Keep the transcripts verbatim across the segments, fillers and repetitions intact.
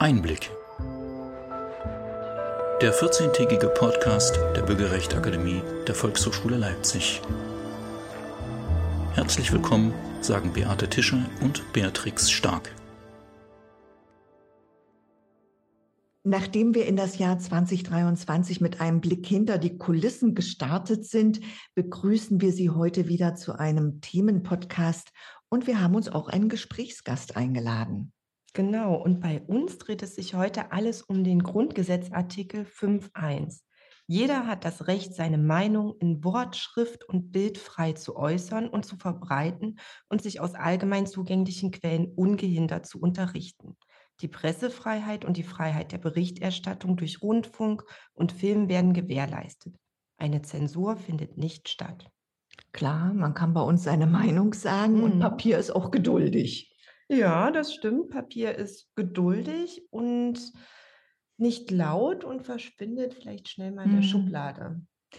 Einblick. Der vierzehntägige Podcast der Bürgerrechtsakademie der Volkshochschule Leipzig. Herzlich willkommen, sagen Beate Tischer und Beatrix Stark. Nachdem wir in das Jahr zwanzig dreiundzwanzig mit einem Blick hinter die Kulissen gestartet sind, begrüßen wir Sie heute wieder zu einem Themenpodcast und wir haben uns auch einen Gesprächsgast eingeladen. Genau, und bei uns dreht es sich heute alles um den Grundgesetzartikel fünf Punkt eins. Jeder hat das Recht, seine Meinung in Wort, Schrift und Bild frei zu äußern und zu verbreiten und sich aus allgemein zugänglichen Quellen ungehindert zu unterrichten. Die Pressefreiheit und die Freiheit der Berichterstattung durch Rundfunk und Film werden gewährleistet. Eine Zensur findet nicht statt. Klar, man kann bei uns seine Meinung sagen und Mhm. Papier ist auch geduldig. Ja, das stimmt. Papier ist geduldig und nicht laut und verschwindet vielleicht schnell mal in der Mhm. Schublade.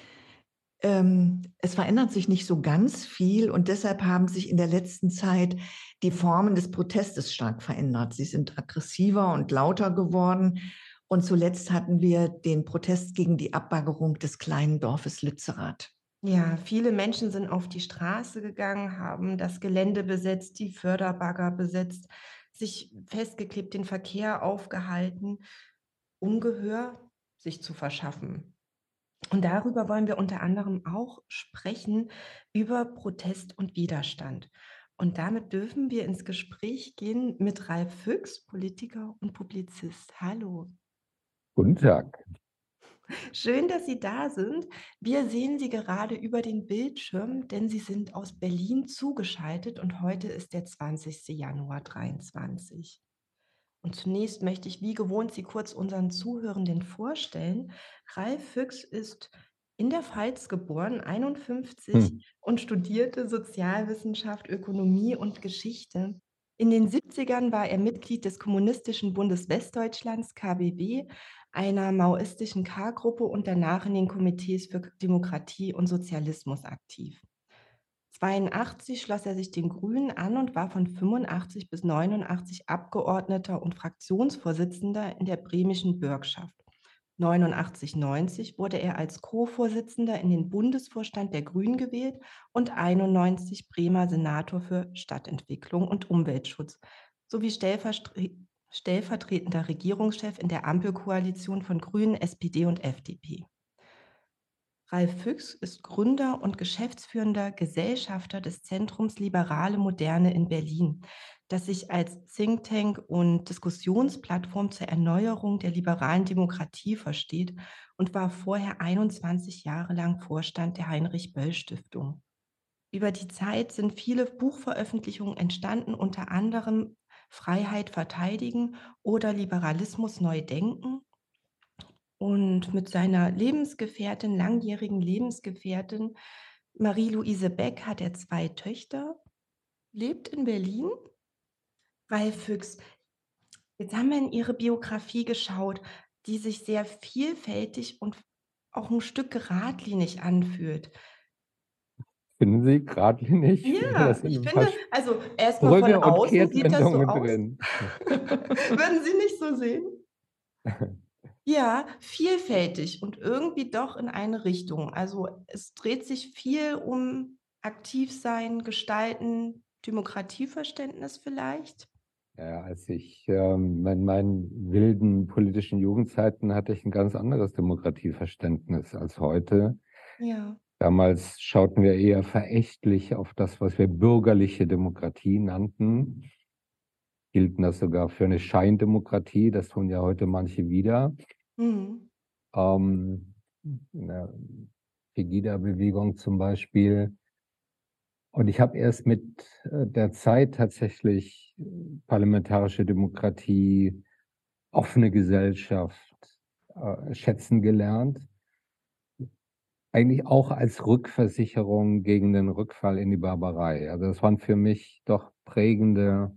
Ähm, es verändert sich nicht so ganz viel und deshalb haben sich in der letzten Zeit die Formen des Protestes stark verändert. Sie sind aggressiver und lauter geworden und zuletzt hatten wir den Protest gegen die Abbaggerung des kleinen Dorfes Lützerath. Ja, viele Menschen sind auf die Straße gegangen, haben das Gelände besetzt, die Förderbagger besetzt, sich festgeklebt, den Verkehr aufgehalten, um Gehör sich zu verschaffen. Und darüber wollen wir unter anderem auch sprechen, über Protest und Widerstand. Und damit dürfen wir ins Gespräch gehen mit Ralf Füchs, Politiker und Publizist. Hallo. Guten Tag. Schön, dass Sie da sind. Wir sehen Sie gerade über den Bildschirm, denn Sie sind aus Berlin zugeschaltet und heute ist der zwanzigster Januar dreiundzwanzig. Und zunächst möchte ich wie gewohnt Sie kurz unseren Zuhörenden vorstellen. Ralf Füchs ist in der Pfalz geboren, einundfünfzig, Hm. und studierte Sozialwissenschaft, Ökonomie und Geschichte. In den siebzigern war er Mitglied des Kommunistischen Bundes Westdeutschlands, K B W, einer maoistischen K-Gruppe und danach in den Komitees für Demokratie und Sozialismus aktiv. zweiundachtzig schloss er sich den Grünen an und war von fünfundachtzig bis neunundachtzig Abgeordneter und Fraktionsvorsitzender in der bremischen Bürgschaft. neunundachtzig neunzig wurde er als Co-Vorsitzender in den Bundesvorstand der Grünen gewählt und einundneunzig Bremer Senator für Stadtentwicklung und Umweltschutz sowie stellverstre- stellvertretender Regierungschef in der Ampelkoalition von Grünen, S P D und F D P. Ralf Füchs ist Gründer und geschäftsführender Gesellschafter des Zentrums Liberale Moderne in Berlin, das sich als Think Tank und Diskussionsplattform zur Erneuerung der liberalen Demokratie versteht und war vorher einundzwanzig Jahre lang Vorstand der Heinrich-Böll-Stiftung. Über die Zeit sind viele Buchveröffentlichungen entstanden, unter anderem Freiheit verteidigen oder Liberalismus neu denken. Und mit seiner Lebensgefährtin, langjährigen Lebensgefährtin Marie-Louise Beck hat er zwei Töchter, lebt in Berlin. Ralf Füchs, jetzt haben wir in Ihre Biografie geschaut, die sich sehr vielfältig und auch ein Stück geradlinig anfühlt. Finden Sie geradlinig? Ja, Da sind ich ein finde, paar also erstmal von Sprünge und außen sieht das so Kehrtwendungen aus. drin. Würden Sie nicht so sehen? Ja, vielfältig und irgendwie doch in eine Richtung. Also es dreht sich viel um Aktivsein, Gestalten, Demokratieverständnis vielleicht. Ja, als ich ähm, in meinen wilden politischen Jugendzeiten hatte ich ein ganz anderes Demokratieverständnis als heute. Ja. Damals schauten wir eher verächtlich auf das, was wir bürgerliche Demokratie nannten. Hielten das sogar für eine Scheindemokratie. Das tun ja heute manche wieder. Mhm. Ähm, in der Pegida-Bewegung zum Beispiel. Und ich habe erst mit äh, der Zeit tatsächlich äh, parlamentarische Demokratie, offene Gesellschaft äh, schätzen gelernt. Eigentlich auch als Rückversicherung gegen den Rückfall in die Barbarei. Also das waren für mich doch prägende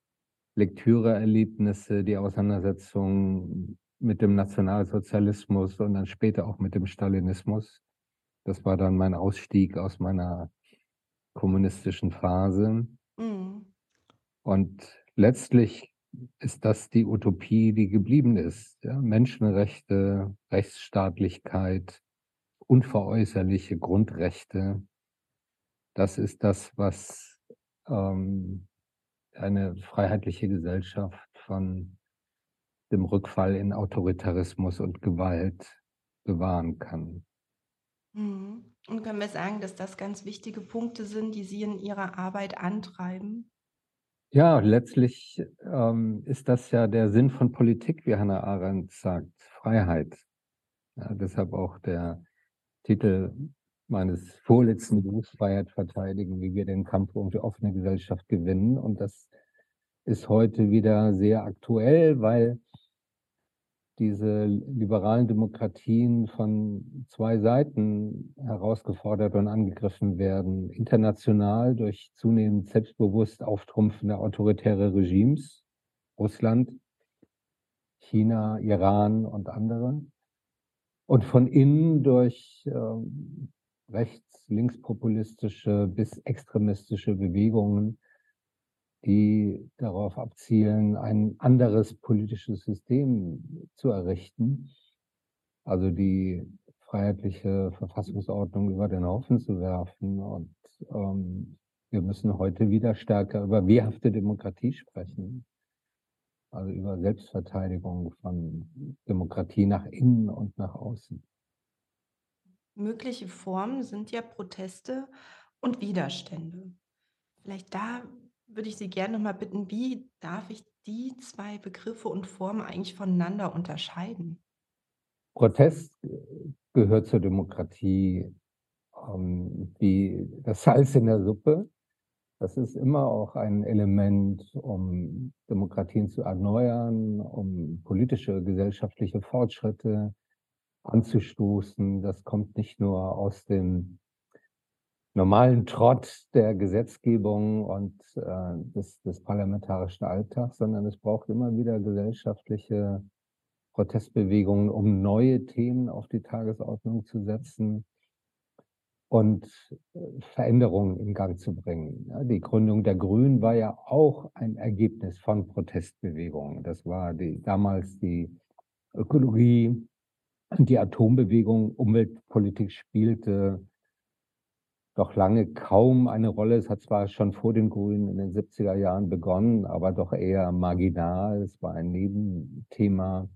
Lektüreerlebnisse, die Auseinandersetzung mit dem Nationalsozialismus und dann später auch mit dem Stalinismus. Das war dann mein Ausstieg aus meiner kommunistischen Phase. Mhm. Und letztlich ist das die Utopie, die geblieben ist. Ja? Menschenrechte, Rechtsstaatlichkeit, unveräußerliche Grundrechte. Das ist das, was ähm, eine freiheitliche Gesellschaft von dem Rückfall in Autoritarismus und Gewalt bewahren kann. Mhm. Und können wir sagen, dass das ganz wichtige Punkte sind, die Sie in Ihrer Arbeit antreiben? Ja, letztlich ähm, ist das ja der Sinn von Politik, wie Hannah Arendt sagt, Freiheit. Ja, deshalb auch der Titel meines vorletzten Buchs, Freiheit verteidigen, wie wir den Kampf um die offene Gesellschaft gewinnen. Und das ist heute wieder sehr aktuell, weil diese liberalen Demokratien von zwei Seiten herausgefordert und angegriffen werden. International durch zunehmend selbstbewusst auftrumpfende autoritäre Regimes, Russland, China, Iran und andere. Und von innen durch ähm, rechts-, linkspopulistische bis extremistische Bewegungen, die darauf abzielen, ein anderes politisches System zu errichten, also die freiheitliche Verfassungsordnung über den Haufen zu werfen. Und ähm, wir müssen heute wieder stärker über wehrhafte Demokratie sprechen, also über Selbstverteidigung von Demokratie nach innen und nach außen. Mögliche Formen sind ja Proteste und Widerstände. Vielleicht da würde ich Sie gerne noch mal bitten, wie darf ich die zwei Begriffe und Formen eigentlich voneinander unterscheiden? Protest gehört zur Demokratie ähm, wie das Salz in der Suppe. Das ist immer auch ein Element, um Demokratien zu erneuern, um politische, gesellschaftliche Fortschritte anzustoßen. Das kommt nicht nur aus dem normalen Trott der Gesetzgebung und äh, des, des parlamentarischen Alltags, sondern es braucht immer wieder gesellschaftliche Protestbewegungen, um neue Themen auf die Tagesordnung zu setzen und äh, Veränderungen in Gang zu bringen. Ja, die Gründung der Grünen war ja auch ein Ergebnis von Protestbewegungen. Das war die, damals die Ökologie, die Atombewegung, Umweltpolitik spielte doch lange kaum eine Rolle. Es hat zwar schon vor den Grünen in den siebziger Jahren begonnen, aber doch eher marginal. Es war ein Nebenthema.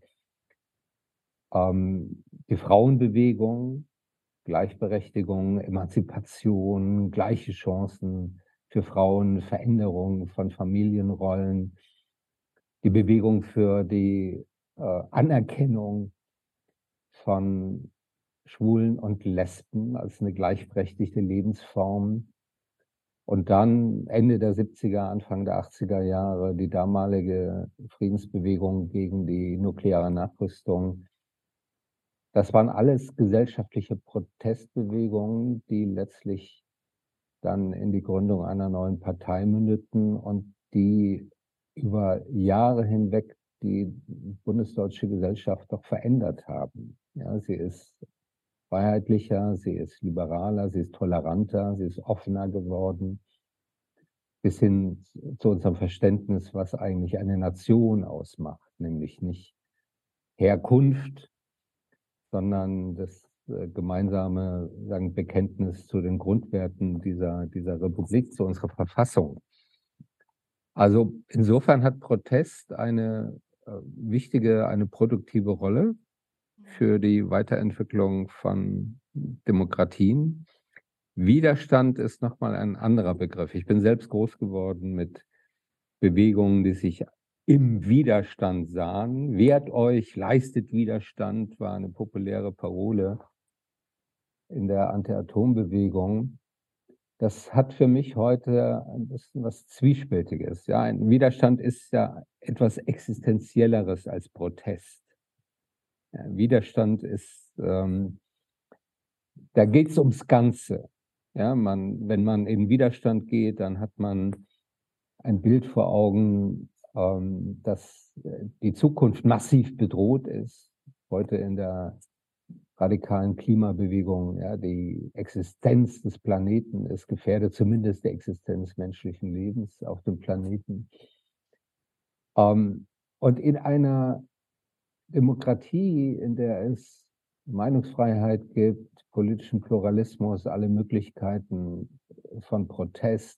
Ähm, die Frauenbewegung, Gleichberechtigung, Emanzipation, gleiche Chancen für Frauen, Veränderung von Familienrollen, die Bewegung für die äh, Anerkennung von Schwulen und Lesben als eine gleichberechtigte Lebensform. Und dann Ende der siebziger, Anfang der achtziger Jahre die damalige Friedensbewegung gegen die nukleare Nachrüstung. Das waren alles gesellschaftliche Protestbewegungen, die letztlich dann in die Gründung einer neuen Partei mündeten und die über Jahre hinweg die bundesdeutsche Gesellschaft doch verändert haben. Ja, sie ist freiheitlicher, sie ist liberaler, sie ist toleranter, sie ist offener geworden, bis hin zu unserem Verständnis, was eigentlich eine Nation ausmacht, nämlich nicht Herkunft, sondern das äh, gemeinsame sagen, Bekenntnis zu den Grundwerten dieser, dieser Republik, zu unserer Verfassung. Also insofern hat Protest eine äh, wichtige, eine produktive Rolle für die Weiterentwicklung von Demokratien. Widerstand ist nochmal ein anderer Begriff. Ich bin selbst groß geworden mit Bewegungen, die sich im Widerstand sahen. Wehrt euch, leistet Widerstand, war eine populäre Parole in der Anti-Atom-Bewegung. Das hat für mich heute ein bisschen was Zwiespältiges. Ja, ein Widerstand ist ja etwas Existenzielleres als Protest. Ja, Widerstand ist, ähm, da geht es ums Ganze. Ja, man, wenn man in Widerstand geht, dann hat man ein Bild vor Augen, ähm, dass die Zukunft massiv bedroht ist. Heute in der radikalen Klimabewegung, ja, die Existenz des Planeten ist gefährdet, zumindest die Existenz menschlichen Lebens auf dem Planeten. Ähm, und in einer Demokratie, in der es Meinungsfreiheit gibt, politischen Pluralismus, alle Möglichkeiten von Protest,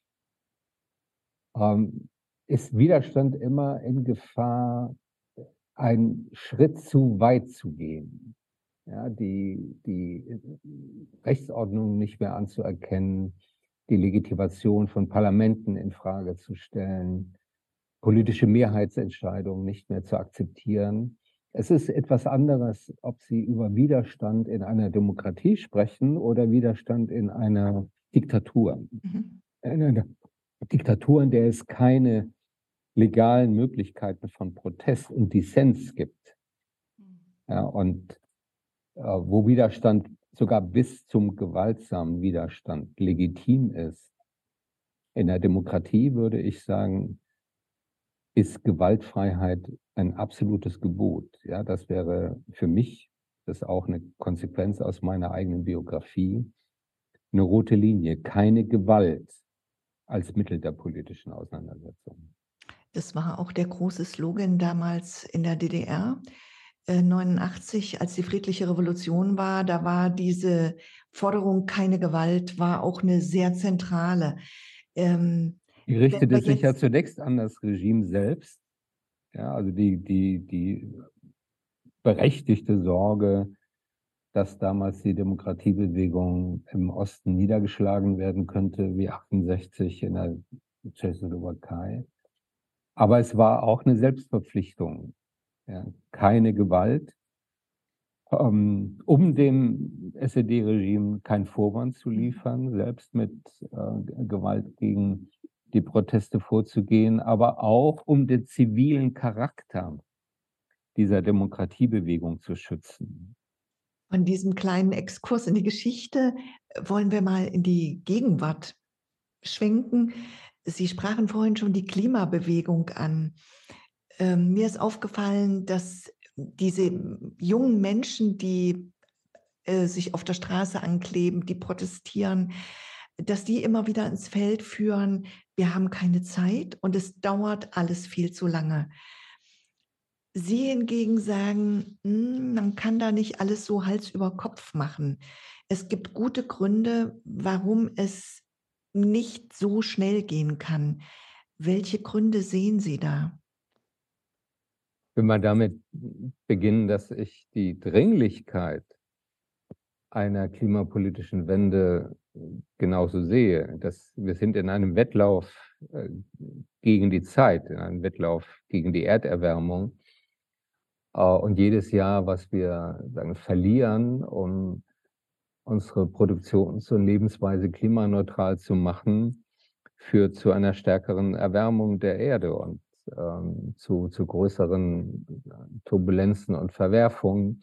ähm, ist Widerstand immer in Gefahr, einen Schritt zu weit zu gehen. Ja, die, die Rechtsordnung nicht mehr anzuerkennen, die Legitimation von Parlamenten in Frage zu stellen, politische Mehrheitsentscheidungen nicht mehr zu akzeptieren. Es ist etwas anderes, ob Sie über Widerstand in einer Demokratie sprechen oder Widerstand in einer Diktatur. Mhm. In einer Diktatur, in der es keine legalen Möglichkeiten von Protest und Dissens gibt. Ja, und äh, wo Widerstand sogar bis zum gewaltsamen Widerstand legitim ist. In der Demokratie würde ich sagen, ist Gewaltfreiheit ein absolutes Gebot. Ja, das wäre für mich, das ist auch eine Konsequenz aus meiner eigenen Biografie, eine rote Linie, keine Gewalt als Mittel der politischen Auseinandersetzung. Das war auch der große Slogan damals in der D D R. Äh, neunundachtzig, als die friedliche Revolution war, da war diese Forderung keine Gewalt, war auch eine sehr zentrale. Ähm, Die wenn richtete wir sich ja jetzt, zunächst an das Regime selbst. Ja, also die, die, die berechtigte Sorge, dass damals die Demokratiebewegung im Osten niedergeschlagen werden könnte, wie achtundsechzig in der Tschechoslowakei. Aber es war auch eine Selbstverpflichtung. Ja, keine Gewalt, ähm, um dem S E D-Regime keinen Vorwand zu liefern, selbst mit äh, Gewalt gegen die Proteste vorzugehen, aber auch um den zivilen Charakter dieser Demokratiebewegung zu schützen. von diesem kleinen Exkurs in die Geschichte äh, wollen wir mal in die Gegenwart schwenken. Sie sprachen vorhin schon die Klimabewegung an. Ähm, mir ist aufgefallen, dass diese jungen Menschen, die äh, sich auf der Straße ankleben, die protestieren, dass die immer wieder ins Feld führen, wir haben keine Zeit und es dauert alles viel zu lange. Sie hingegen sagen, hm, man kann da nicht alles so Hals über Kopf machen. Es gibt gute Gründe, warum es nicht so schnell gehen kann. Welche Gründe sehen Sie da? Ich will mal damit beginnen, dass ich die Dringlichkeit einer klimapolitischen Wende genauso sehe. Dass wir sind in einem Wettlauf äh, gegen die Zeit, in einem Wettlauf gegen die Erderwärmung. Äh, und jedes Jahr, was wir sagen, verlieren, um unsere Produktions- und Lebensweise klimaneutral zu machen, führt zu einer stärkeren Erwärmung der Erde und ähm, zu, zu größeren Turbulenzen und Verwerfungen.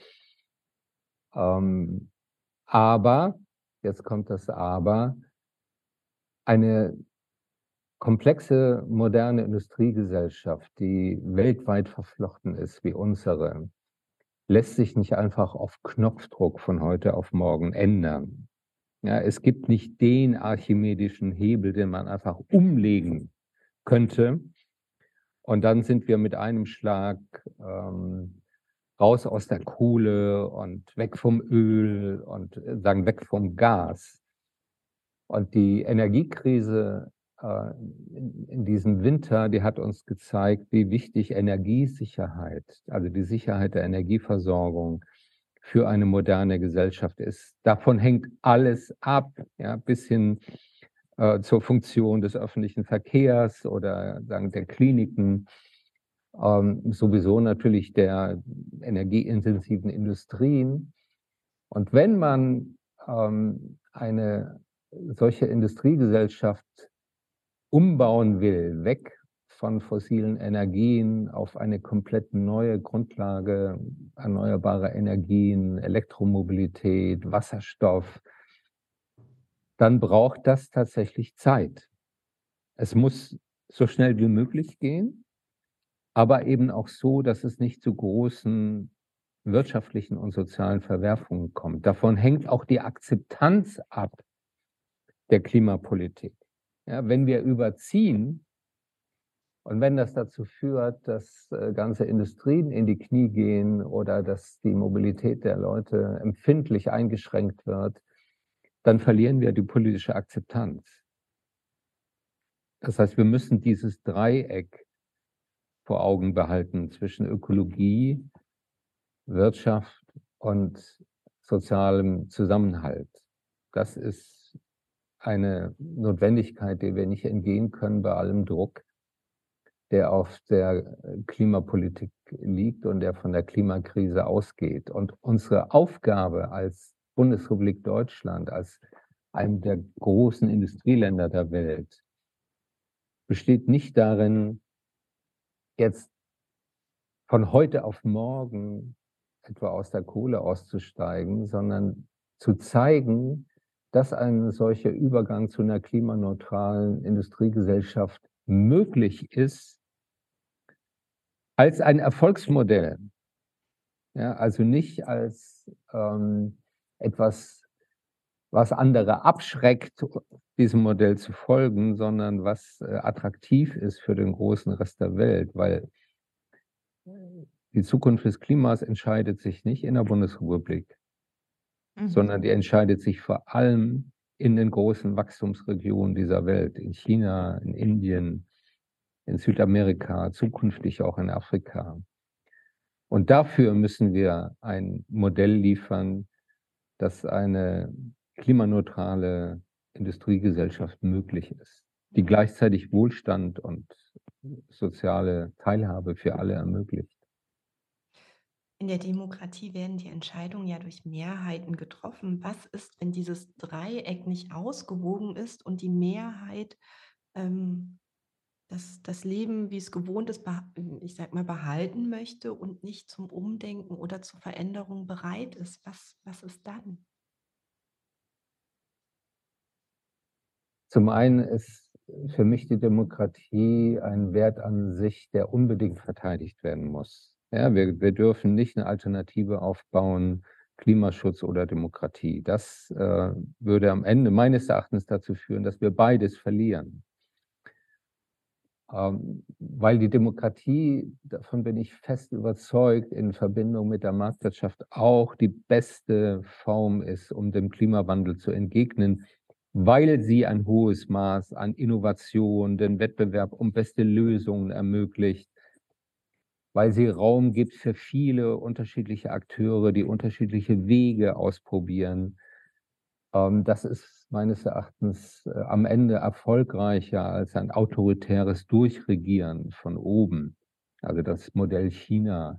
Ähm, aber, jetzt kommt das Aber, eine komplexe, moderne Industriegesellschaft, die weltweit verflochten ist wie unsere, lässt sich nicht einfach auf Knopfdruck von heute auf morgen ändern. Ja, es gibt nicht den archimedischen Hebel, den man einfach umlegen könnte. Und dann sind wir mit einem Schlag ähm, raus aus der Kohle und weg vom Öl und äh, sagen weg vom Gas. Und die Energiekrise äh, in, in diesem Winter, die hat uns gezeigt, wie wichtig Energiesicherheit, also die Sicherheit der Energieversorgung für eine moderne Gesellschaft ist. Davon hängt alles ab, ja, bis hin äh, zur Funktion des öffentlichen Verkehrs oder sagen, der Kliniken, ähm, sowieso natürlich der energieintensiven Industrien. Und wenn man ähm, eine solche Industriegesellschaft umbauen will, weg von fossilen Energien auf eine komplett neue Grundlage erneuerbarer Energien, Elektromobilität, Wasserstoff, dann braucht das tatsächlich Zeit. Es muss so schnell wie möglich gehen, aber eben auch so, dass es nicht zu großen wirtschaftlichen und sozialen Verwerfungen kommt. Davon hängt auch die Akzeptanz ab der Klimapolitik. Ja, wenn wir überziehen, Und wenn das dazu führt, dass äh, ganze Industrien in die Knie gehen oder dass die Mobilität der Leute empfindlich eingeschränkt wird, dann verlieren wir die politische Akzeptanz. Das heißt, wir müssen dieses Dreieck vor Augen behalten zwischen Ökologie, Wirtschaft und sozialem Zusammenhalt. Das ist eine Notwendigkeit, der wir nicht entgehen können bei allem Druck, der auf der Klimapolitik liegt und der von der Klimakrise ausgeht. Und unsere Aufgabe als Bundesrepublik Deutschland, als einem der großen Industrieländer der Welt, besteht nicht darin, jetzt von heute auf morgen etwa aus der Kohle auszusteigen, sondern zu zeigen, dass ein solcher Übergang zu einer klimaneutralen Industriegesellschaft möglich ist, als ein Erfolgsmodell. Ja, also nicht als ähm, etwas, was andere abschreckt, diesem Modell zu folgen, sondern was äh, attraktiv ist für den großen Rest der Welt, weil die Zukunft des Klimas entscheidet sich nicht in der Bundesrepublik, Mhm. sondern die entscheidet sich vor allem in den großen Wachstumsregionen dieser Welt, in China, in Indien, in Südamerika, zukünftig auch in Afrika. Und dafür müssen wir ein Modell liefern, dass eine klimaneutrale Industriegesellschaft möglich ist, die gleichzeitig Wohlstand und soziale Teilhabe für alle ermöglicht. In der Demokratie werden die Entscheidungen ja durch Mehrheiten getroffen. Was ist, wenn dieses Dreieck nicht ausgewogen ist und die Mehrheit ähm, das, das Leben, wie es gewohnt ist, beha- ich sag mal, behalten möchte und nicht zum Umdenken oder zur Veränderung bereit ist? Was, was ist dann? Zum einen ist für mich die Demokratie ein Wert an sich, der unbedingt verteidigt werden muss. Ja, wir, wir dürfen nicht eine Alternative aufbauen, Klimaschutz oder Demokratie. Das äh, würde am Ende meines Erachtens dazu führen, dass wir beides verlieren. Ähm, weil die Demokratie, davon bin ich fest überzeugt, in Verbindung mit der Marktwirtschaft auch die beste Form ist, um dem Klimawandel zu entgegnen, weil sie ein hohes Maß an Innovation, den Wettbewerb um beste Lösungen ermöglicht, weil sie Raum gibt für viele unterschiedliche Akteure, die unterschiedliche Wege ausprobieren. Ähm, das ist meines Erachtens äh, am Ende erfolgreicher als ein autoritäres Durchregieren von oben, also das Modell China.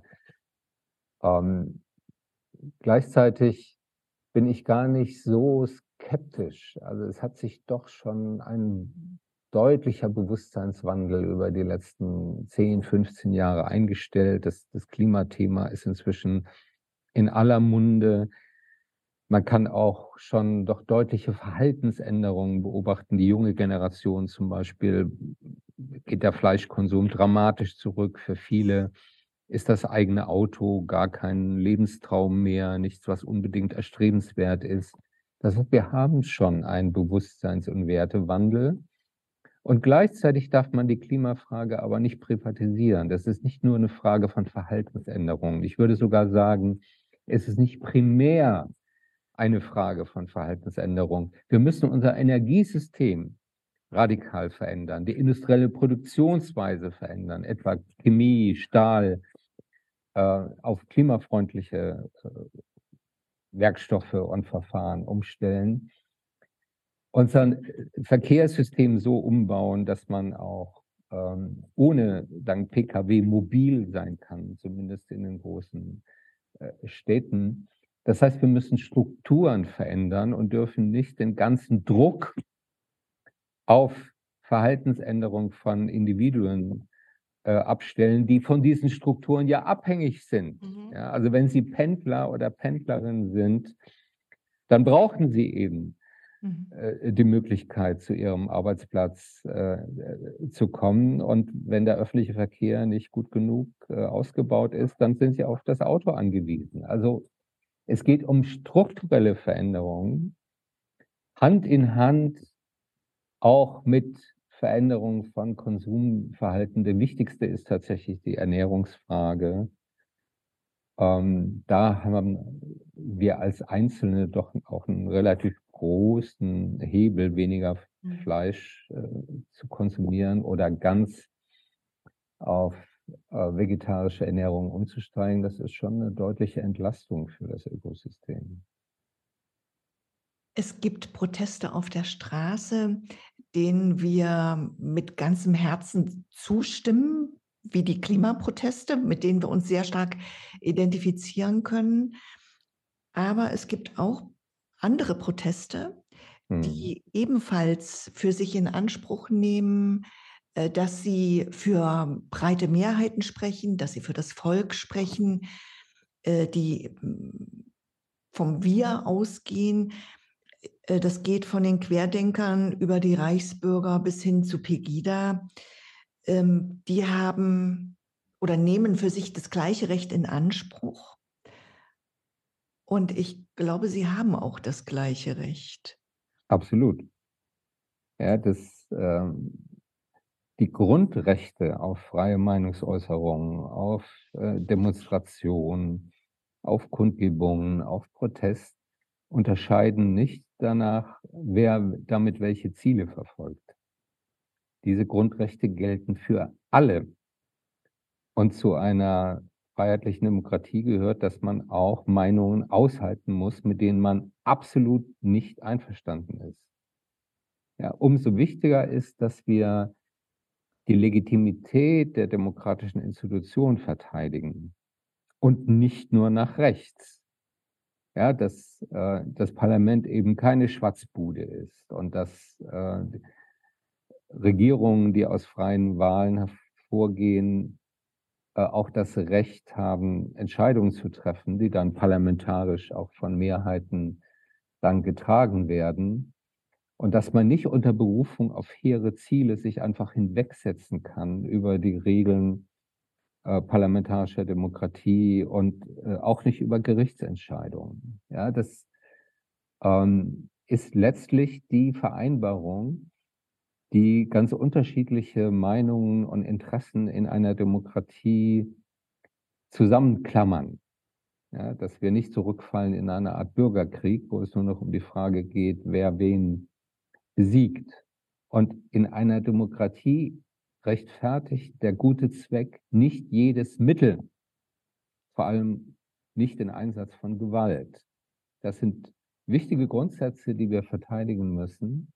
Ähm, gleichzeitig bin ich gar nicht so skeptisch. Also es hat sich doch schon ein deutlicher Bewusstseinswandel über die letzten zehn, fünfzehn Jahre eingestellt. Das, das Klimathema ist inzwischen in aller Munde. Man kann auch schon doch deutliche Verhaltensänderungen beobachten. Die junge Generation zum Beispiel, geht der Fleischkonsum dramatisch zurück. Für viele ist das eigene Auto gar kein Lebenstraum mehr, nichts, was unbedingt erstrebenswert ist. Das heißt, wir haben schon einen Bewusstseins- und Wertewandel. Und gleichzeitig darf man die Klimafrage aber nicht privatisieren. Das ist nicht nur eine Frage von Verhaltensänderungen. Ich würde sogar sagen, es ist nicht primär eine Frage von Verhaltensänderung. Wir müssen unser Energiesystem radikal verändern, die industrielle Produktionsweise verändern, etwa Chemie, Stahl, äh, auf klimafreundliche äh, Werkstoffe und Verfahren umstellen. Unser Verkehrssystem so umbauen, dass man auch ähm, ohne dann P K W mobil sein kann, zumindest in den großen äh, Städten. Das heißt, wir müssen Strukturen verändern und dürfen nicht den ganzen Druck auf Verhaltensänderung von Individuen äh, abstellen, die von diesen Strukturen ja abhängig sind. Mhm. Ja, also wenn Sie Pendler oder Pendlerin sind, dann brauchen Sie eben Mhm. äh, die Möglichkeit, zu Ihrem Arbeitsplatz äh, zu kommen. Und wenn der öffentliche Verkehr nicht gut genug äh, ausgebaut ist, dann sind Sie auf das Auto angewiesen. Also es geht um strukturelle Veränderungen, Hand in Hand auch mit Veränderung von Konsumverhalten. Der wichtigste ist tatsächlich die Ernährungsfrage. Ähm, da haben wir als Einzelne doch auch einen relativ großen Hebel, weniger Mhm. Fleisch äh, zu konsumieren oder ganz auf äh, vegetarische Ernährung umzusteigen. Das ist schon eine deutliche Entlastung für das Ökosystem. Es gibt Proteste auf der Straße, denen wir mit ganzem Herzen zustimmen, wie die Klimaproteste, mit denen wir uns sehr stark identifizieren können. Aber es gibt auch andere Proteste, Hm. die ebenfalls für sich in Anspruch nehmen, äh, dass sie für breite Mehrheiten sprechen, dass sie für das Volk sprechen, äh, die mm, vom Wir ausgehen. Äh, Das geht von den Querdenkern über die Reichsbürger bis hin zu Pegida. Ähm, Die haben oder nehmen für sich das gleiche Recht in Anspruch. Und ich glaube, sie haben auch das gleiche Recht. Absolut. Ja, das, ähm, die Grundrechte auf freie Meinungsäußerung, auf äh, Demonstrationen, auf Kundgebungen, auf Protest unterscheiden nicht danach, wer damit welche Ziele verfolgt. Diese Grundrechte gelten für alle. Und zu einer freiheitlichen Demokratie gehört, dass man auch Meinungen aushalten muss, mit denen man absolut nicht einverstanden ist. Ja, umso wichtiger ist, dass wir die Legitimität der demokratischen Institutionen verteidigen und nicht nur nach rechts. Ja, dass äh, das Parlament eben keine Schwatzbude ist und dass äh, Regierungen, die aus freien Wahlen hervorgehen, äh, auch das Recht haben, Entscheidungen zu treffen, die dann parlamentarisch auch von Mehrheiten dann getragen werden. Und dass man nicht unter Berufung auf hehre Ziele sich einfach hinwegsetzen kann über die Regeln äh, parlamentarischer Demokratie und äh, auch nicht über Gerichtsentscheidungen. Ja, das ähm, ist letztlich die Vereinbarung, die ganz unterschiedliche Meinungen und Interessen in einer Demokratie zusammenklammern. Ja, dass wir nicht zurückfallen in eine Art Bürgerkrieg, wo es nur noch um die Frage geht, wer wen besiegt. Und in einer Demokratie rechtfertigt der gute Zweck nicht jedes Mittel, vor allem nicht den Einsatz von Gewalt. Das sind wichtige Grundsätze, die wir verteidigen müssen.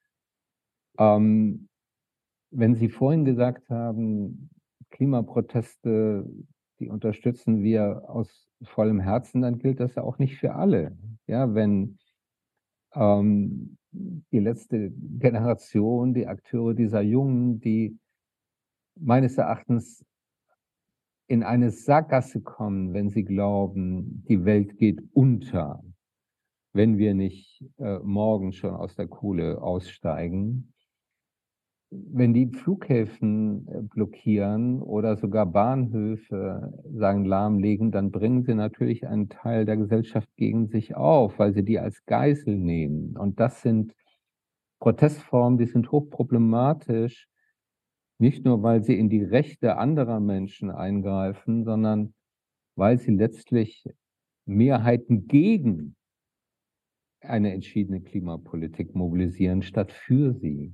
Ähm, wenn Sie vorhin gesagt haben, Klimaproteste, die unterstützen wir aus vollem Herzen, dann gilt das ja auch nicht für alle. Ja, wenn ähm, die letzte Generation, die Akteure dieser Jungen, die meines Erachtens in eine Sackgasse kommen, wenn sie glauben, die Welt geht unter, wenn wir nicht äh, morgen schon aus der Kohle aussteigen. Wenn die Flughäfen äh, blockieren oder sogar Bahnhöfe sagen lahmlegen, dann bringen sie natürlich einen Teil der Gesellschaft gegen sich auf, weil sie die als Geißel nehmen. Und das sind Protestformen, die sind hochproblematisch, nicht nur, weil sie in die Rechte anderer Menschen eingreifen, sondern weil sie letztlich Mehrheiten gegen eine entschiedene Klimapolitik mobilisieren, statt für sie.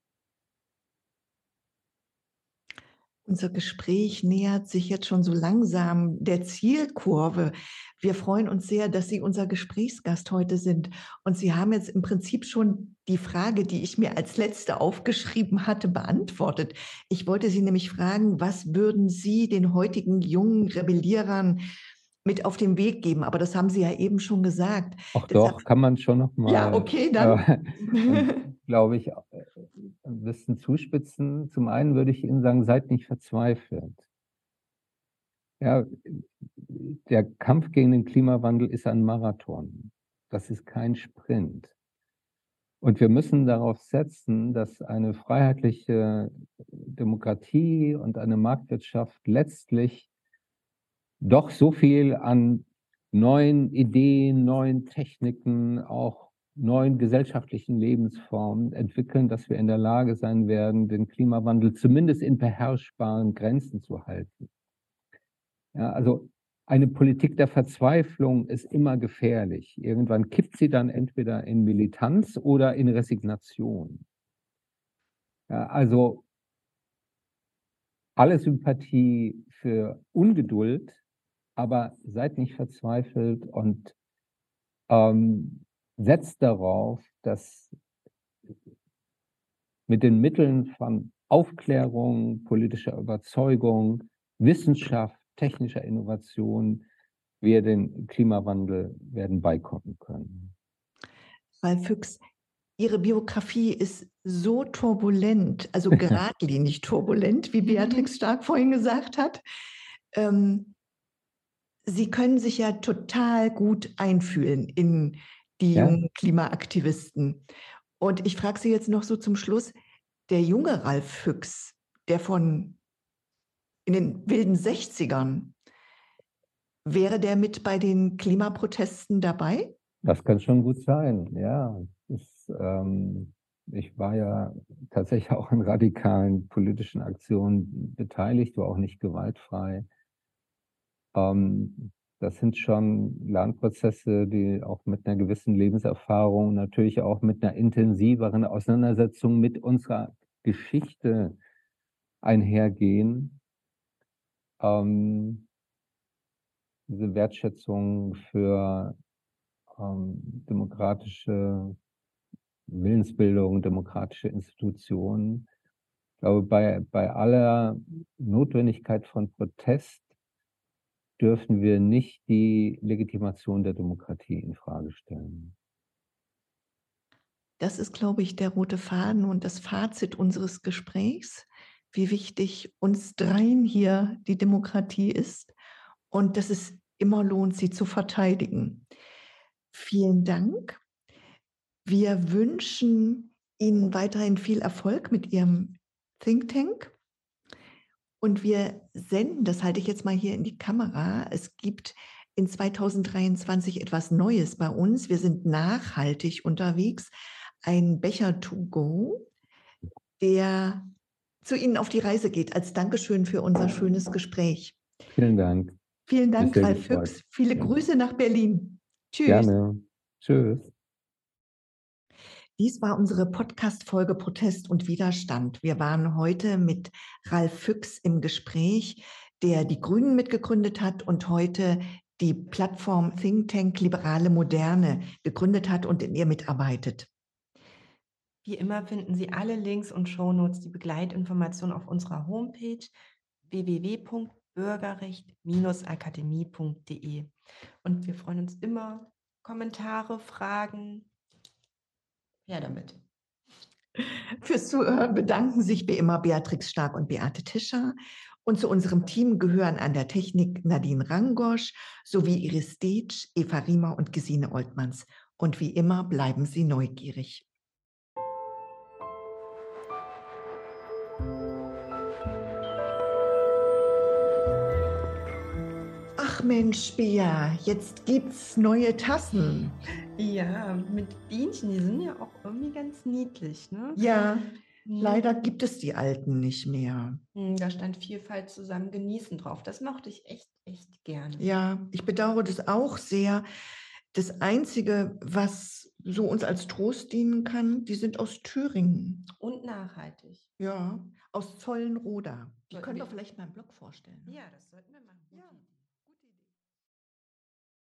Unser Gespräch nähert sich jetzt schon so langsam der Zielkurve. Wir freuen uns sehr, dass Sie unser Gesprächsgast heute sind. Und Sie haben jetzt im Prinzip schon die Frage, die ich mir als letzte aufgeschrieben hatte, beantwortet. Ich wollte Sie nämlich fragen, was würden Sie den heutigen jungen Rebellierern mit auf den Weg geben? Aber das haben Sie ja eben schon gesagt. Auch Deshalb, doch, kann man schon noch ja, mal, okay, dann. äh, glaube ich, äh, ein bisschen zuspitzen. Zum einen würde ich Ihnen sagen, seid nicht verzweifelt. Ja, der Kampf gegen den Klimawandel ist ein Marathon. Das ist kein Sprint. Und wir müssen darauf setzen, dass eine freiheitliche Demokratie und eine Marktwirtschaft letztlich doch so viel an neuen Ideen, neuen Techniken, auch neuen gesellschaftlichen Lebensformen entwickeln, dass wir in der Lage sein werden, den Klimawandel zumindest in beherrschbaren Grenzen zu halten. Ja, also eine Politik der Verzweiflung ist immer gefährlich. Irgendwann kippt sie dann entweder in Militanz oder in Resignation. Ja, also alle Sympathie für Ungeduld, aber seid nicht verzweifelt und ähm, setzt darauf, dass mit den Mitteln von Aufklärung, politischer Überzeugung, Wissenschaft, technischer Innovation wir den Klimawandel werden beikommen können. Ralf Füchs, Ihre Biografie ist so turbulent, also geradlinig turbulent, wie Beatrix Stark vorhin gesagt hat. Ähm, Sie können sich ja total gut einfühlen in die Ja. jungen Klimaaktivisten. Und ich frage Sie jetzt noch so zum Schluss, der junge Ralf Füchs, der von in den wilden sechzigern, wäre der mit bei den Klimaprotesten dabei? Das kann schon gut sein, ja. Ich, ähm, ich war ja tatsächlich auch an radikalen politischen Aktionen beteiligt, war auch nicht gewaltfrei. Ähm, das sind schon Lernprozesse, die auch mit einer gewissen Lebenserfahrung, natürlich auch mit einer intensiveren Auseinandersetzung mit unserer Geschichte einhergehen. Ähm, diese Wertschätzung für ähm, demokratische Willensbildung, demokratische Institutionen. Ich glaube, bei, bei aller Notwendigkeit von Protest dürfen wir nicht die Legitimation der Demokratie infrage stellen. Das ist, glaube ich, der rote Faden und das Fazit unseres Gesprächs, wie wichtig uns dreien hier die Demokratie ist und dass es immer lohnt, sie zu verteidigen. Vielen Dank. Wir wünschen Ihnen weiterhin viel Erfolg mit Ihrem Think Tank. Und wir senden, das halte ich jetzt mal hier in die Kamera, es gibt in zweitausenddreiundzwanzig etwas Neues bei uns. Wir sind nachhaltig unterwegs. Ein Becher to go, der zu Ihnen auf die Reise geht, als Dankeschön für unser schönes Gespräch. Vielen Dank. Vielen Mich Dank, sehr Ralf gefreut. Füchs. Viele Grüße nach Berlin. Tschüss. Gerne. Tschüss. Dies war unsere Podcast-Folge Protest und Widerstand. Wir waren heute mit Ralf Füchs im Gespräch, der die Grünen mitgegründet hat und heute die Plattform Think Tank Liberale Moderne gegründet hat und in ihr mitarbeitet. Wie immer finden Sie alle Links und Shownotes, die Begleitinformationen auf unserer Homepage w w w punkt bürgerrecht Bindestrich akademie punkt d e. Und wir freuen uns immer, Kommentare, Fragen, her damit. Fürs Zuhören bedanken sich wie immer Beatrix Stark und Beate Tischer. Und zu unserem Team gehören an der Technik Nadine Rangosch sowie Iris Stetsch, Eva Riemer und Gesine Oltmanns. Und wie immer bleiben Sie neugierig. Ach Mensch, Bea, jetzt gibt's neue Tassen. Ja, mit Bienchen, die sind ja auch irgendwie ganz niedlich, ne? Ja, Mhm. leider gibt es die alten nicht mehr. Hm, Da stand Vielfalt zusammen genießen drauf. Das mochte ich echt, echt gerne. Ja, ich bedauere das auch sehr. Das Einzige, was so uns als Trost dienen kann, die sind aus Thüringen. Und nachhaltig. Ja, aus Zollenroda. Die Sollten können wir- wir vielleicht mal im Blog vorstellen. Ne? Ja, das sollten wir machen. Ja.